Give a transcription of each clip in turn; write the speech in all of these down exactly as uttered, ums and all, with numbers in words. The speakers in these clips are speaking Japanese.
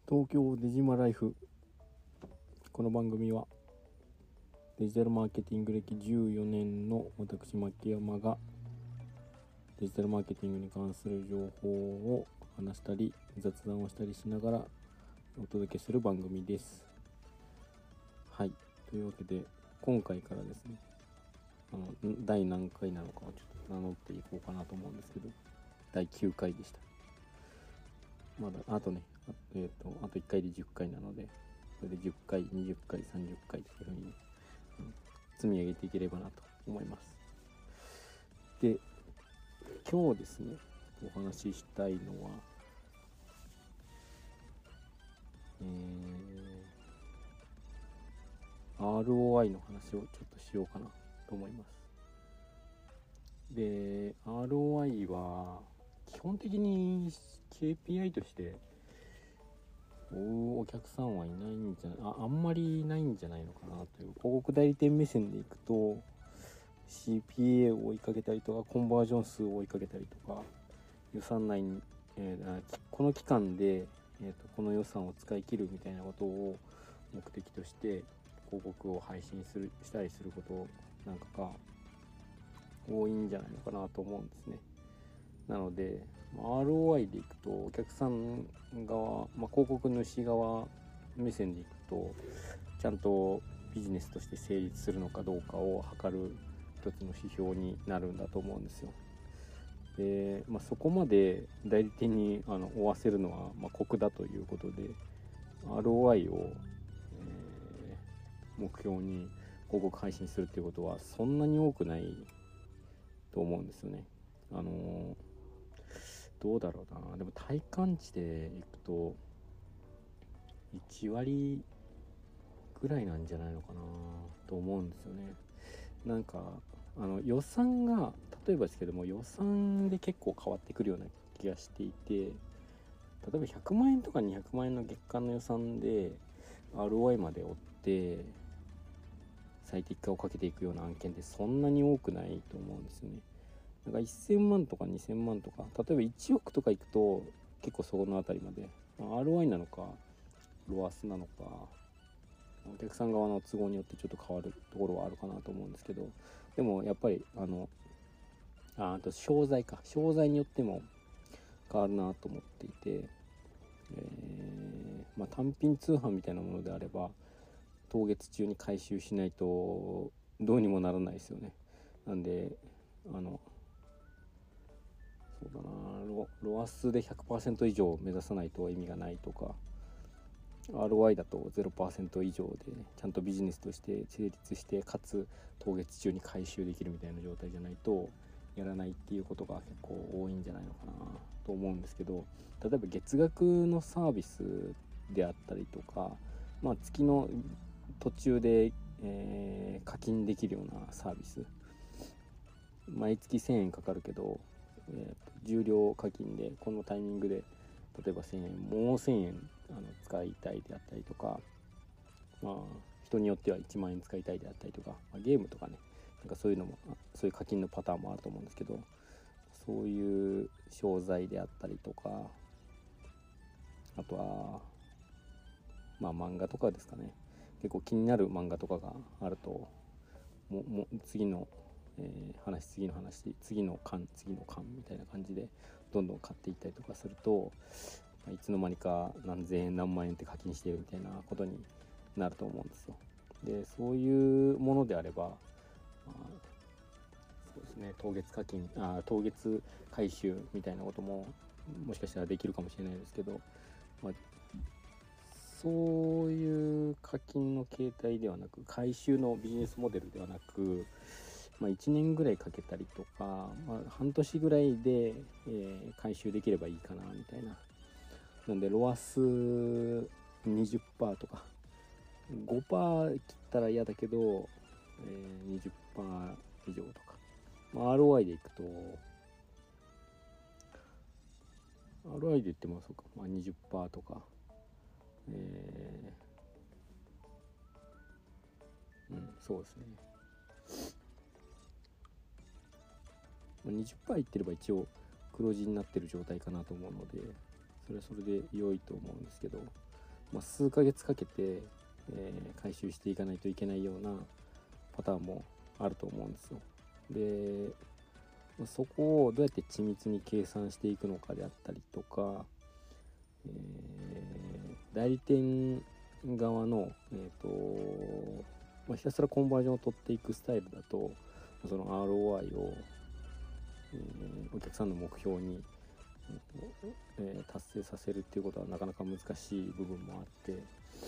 東京デジマライフ。この番組はデジタルマーケティング歴じゅうよねんの私牧山がデジタルマーケティングに関する情報を話したり雑談をしたりしながらお届けする番組です。はい、というわけで今回からですね、あの第何回なのかをちょっと名乗っていこうかなと思うんですけど、だいきゅうかいでした。まだあとねあ,、えー、とあといっかいでじゅっかいなので、それでじゅっかいにじゅっかいさんじゅっかいというふうに、うん、積み上げていければなと思います。で、今日ですねお話ししたいのは、えー、アールオーアイ の話をちょっとしようかなと思います。で アールオーアイ は基本的に ケーピーアイ として追うお客さんはいないんじゃああんまりいないんじゃないのかなという、広告代理店目線でいくと シーピーエー を追いかけたりとかコンバージョン数を追いかけたりとか、予算内に、えー、この期間で、えーと、この予算を使い切るみたいなことを目的として広告を配信するしたりすることなんかが多いんじゃないのかなと思うんですね。なので アールオーアイ でいくとお客さん側、まあ、広告主側目線でいくとちゃんとビジネスとして成立するのかどうかを測る一つの指標になるんだと思うんですよ。で、まあ、そこまで代理店にあの追わせるのは、まあ、酷だということで アールオーアイ を、えー、目標に広告配信するっていうことはそんなに多くないと思うんですよね。あのーどうだろうな、でも体感値でいくといちわりぐらいなんじゃないのかなと思うんですよね。なんかあの予算が例えばですけども予算で結構変わってくるような気がしていて、例えばひゃくまんえんとかにひゃくまんえんの月間の予算で アールオーアイ まで追って最適化をかけていくような案件ってそんなに多くないと思うんですよね。なんかせんまんとかにせんまんとか、例えばいちおくとかいくと結構そのあたりまで、まあ、アールオーアイ なのかロアスなのかお客さん側の都合によってちょっと変わるところはあるかなと思うんですけど、でもやっぱりあのああと商材か商材によっても変わるなと思っていて、えーまあ、単品通販みたいなものであれば当月中に回収しないとどうにもならないですよね。なんであのそうだな ロ, ロアスで ひゃくパーセント 以上目指さないと意味がないとか、 アールオーアイ だと ゼロパーセント 以上でちゃんとビジネスとして成立してかつ当月中に回収できるみたいな状態じゃないとやらないっていうことが結構多いんじゃないのかなと思うんですけど、例えば月額のサービスであったりとか、まあ、月の途中で、えー、課金できるようなサービス、毎月せんえんかかるけど、えー、と重量課金でこのタイミングで例えばせんえんもうせんえんあの使いたいであったりとか、まあ人によってはいちまんえん使いたいであったりとか、まあ、ゲームとかね、なんかそういうのもそういう課金のパターンもあると思うんですけど、そういう商材であったりとか、あとはまあ漫画とかですかね、結構気になる漫画とかがあるともも次の、えー、話次の話次の巻次の巻みたいな感じでどんどん買っていったりとかすると、いつの間にか何千円何万円って課金しているみたいなことになると思うんですよ。でそういうものであれば、まあ、そうですね、当月課金あ当月回収みたいなことももしかしたらできるかもしれないですけど、まあ、そういう課金の形態ではなく回収のビジネスモデルではなく、まあ、いちねんぐらいかけたりとか、まあ、半年ぐらいで、えー、回収できればいいかなみたいな。なんでロアス にじゅっパーセント とか ごパーセント 切ったら嫌だけど、えー、にじゅっパーセント 以上とか、まあ、アールオーアイ でいくと アールオーアイ で言ってもそうか、まあ、にじゅっパーセント とか、えー、うんそうですね、まあ、にじゅっパーセント いってれば一応黒字になってる状態かなと思うので、それはそれで良いと思うんですけど、 まあ、数ヶ月かけて、えー、回収していかないといけないようなパターンもあると思うんですよ。でそこをどうやって緻密に計算していくのかであったりとか、えー、代理店側の、えーとまあ、ひたすらコンバージョンを取っていくスタイルだとその アールオーアイ を、えー、お客さんの目標に、えー、達成させるっていうことはなかなか難しい部分もあって、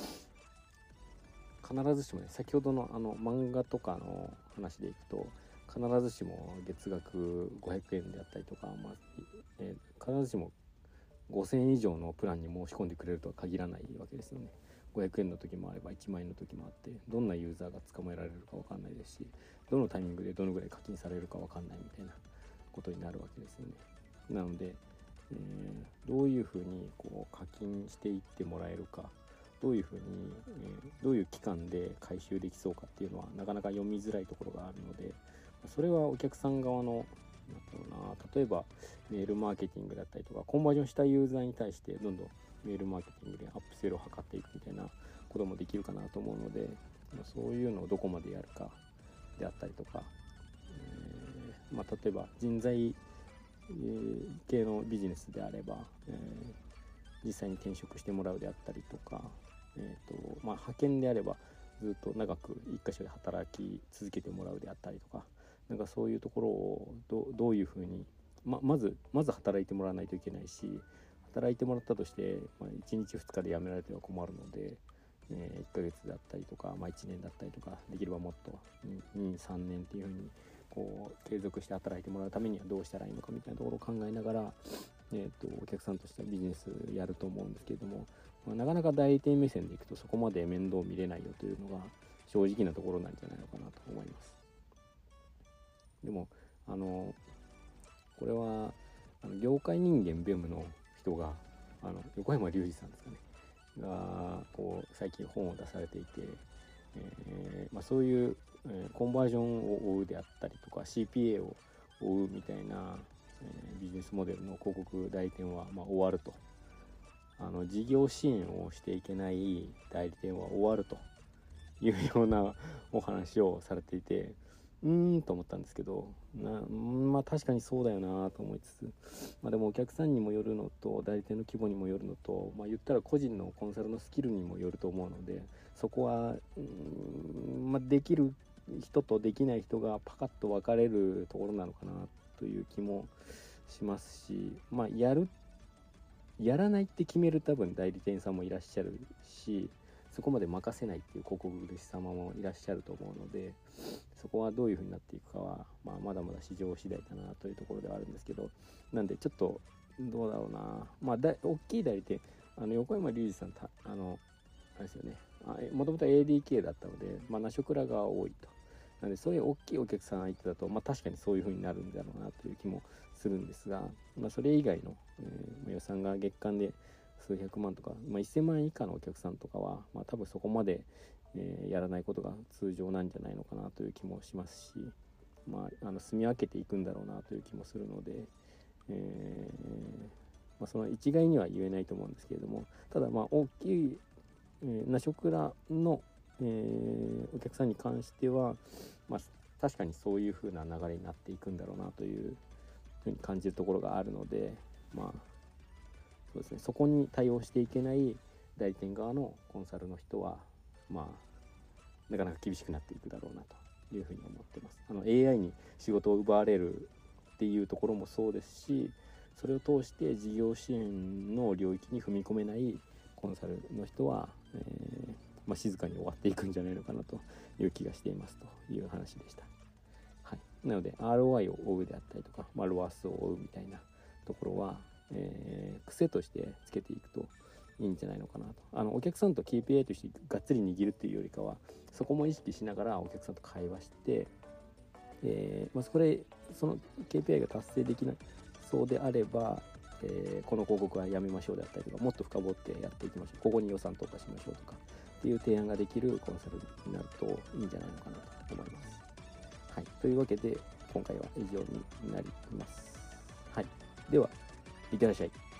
必ずしもね、先ほどのあの漫画とかの話でいくと必ずしも月額ごひゃくえんであったりとか、まあえー、必ずしもごせんえん以上のプランに申し込んでくれるとは限らないわけですよね。ごひゃくえんの時もあればいちまん円の時もあって、どんなユーザーが捕まえられるか分かんないですし、どのタイミングでどのぐらい課金されるか分かんないみたいなことになるわけですよね。なので、えー、どういうふうにこう課金していってもらえるか、どういうふうに、えー、どういう期間で回収できそうかっていうのはなかなか読みづらいところがあるので、それはお客さん側のなんだろうな、例えばメールマーケティングだったりとか、コンバージョンしたユーザーに対してどんどんメールマーケティングでアップセルを図っていくみたいなこともできるかなと思うので、そういうのをどこまでやるかであったりとか、えーまあ、例えば人材系のビジネスであれば、えー、実際に転職してもらうであったりとか、えーとまあ、派遣であればずっと長く一箇所で働き続けてもらうであったりとか、なんかそういうところを ど, どういうふうに、ま, まずまず働いてもらわないといけないし、働いてもらったとして、まあ、いちにちふつかで辞められては困るので、えー、いっかげつだったりとか、まあ、いちねんだったりとか、できればもっとに、さんねんっていうふうにこう継続して働いてもらうためにはどうしたらいいのかみたいなところを考えながら、えー、とお客さんとしてはビジネスやると思うんですけれども、まあ、なかなか代理店目線でいくとそこまで面倒見れないよというのが正直なところなんじゃないのかなと思います。でもあのこれはあの業界人間ベムの人があの横山隆二さんですかねがこう最近本を出されていて、えーまあ、そういう、えー、コンバージョンを追うであったりとか シーピーエー を追うみたいな、えー、ビジネスモデルの広告代理店は、まあ、終わると、あの事業支援をしていけない代理店は終わるというようなお話をされていて、うーんと思ったんですけど、なまあ確かにそうだよなと思いつつ、まあ、でもお客さんにもよるのと代理店の規模にもよるのと、まあ、言ったら個人のコンサルのスキルにもよると思うので、そこはうーん、まあ、できる人とできない人がパカッと分かれるところなのかなという気もしますし、まあやるやらないって決める多分代理店さんもいらっしゃるし、そこまで任せないっていう広告主様もいらっしゃると思うので、そこはどういう風になっていくかは、まあ、まだまだ市場次第だなというところではあるんですけど、なんでちょっとどうだろうな、まあだ大きい代理店、あの横山隆二さんたあのあれですよね、もともと エーディーケー だったので、まあ、ナショクラが多いと。なのでそういう大きいお客さん相手だと、まあ、確かにそういう風になるんだろうなという気もするんですが、まあ、それ以外の、えー、予算が月間で数百万とか、まあ、せんまん円以下のお客さんとかは、まあ、多分そこまで、えー、やらないことが通常なんじゃないのかなという気もしますし、まあ、あの住み分けていくんだろうなという気もするので、えーまあ、その一概には言えないと思うんですけれども、ただまあ大きい、えー、ナショクラのえー、お客さんに関しては、まあ、確かにそういう風な流れになっていくんだろうなというふうに感じるところがあるので、まあそうですね、そこに対応していけない代理店側のコンサルの人は、まあなかなか厳しくなっていくだろうなというふうに思ってます。あの エーアイ に仕事を奪われるっていうところもそうですし、それを通して事業支援の領域に踏み込めないコンサルの人は、えーまあ、静かに終わっていくんじゃないのかなという気がしていますという話でした。はい、なので アールオーアイ を追うであったりとか、まあ、ロアスを追うみたいなところは、えー、癖としてつけていくといいんじゃないのかなと。あのお客さんと ケーピーアイ としてがっつり握るっていうよりかは、そこも意識しながらお客さんと会話して、えーまあ、そこでその ケーピーアイ が達成できないそうであれば、えー、この広告はやめましょうであったりとか、もっと深掘ってやっていきましょう、ここに予算投下しましょうとかっていう提案ができるコンサルになるといいんじゃないのかなと思います。はい、というわけで今回は以上になります。はい、ではいってらっしゃい。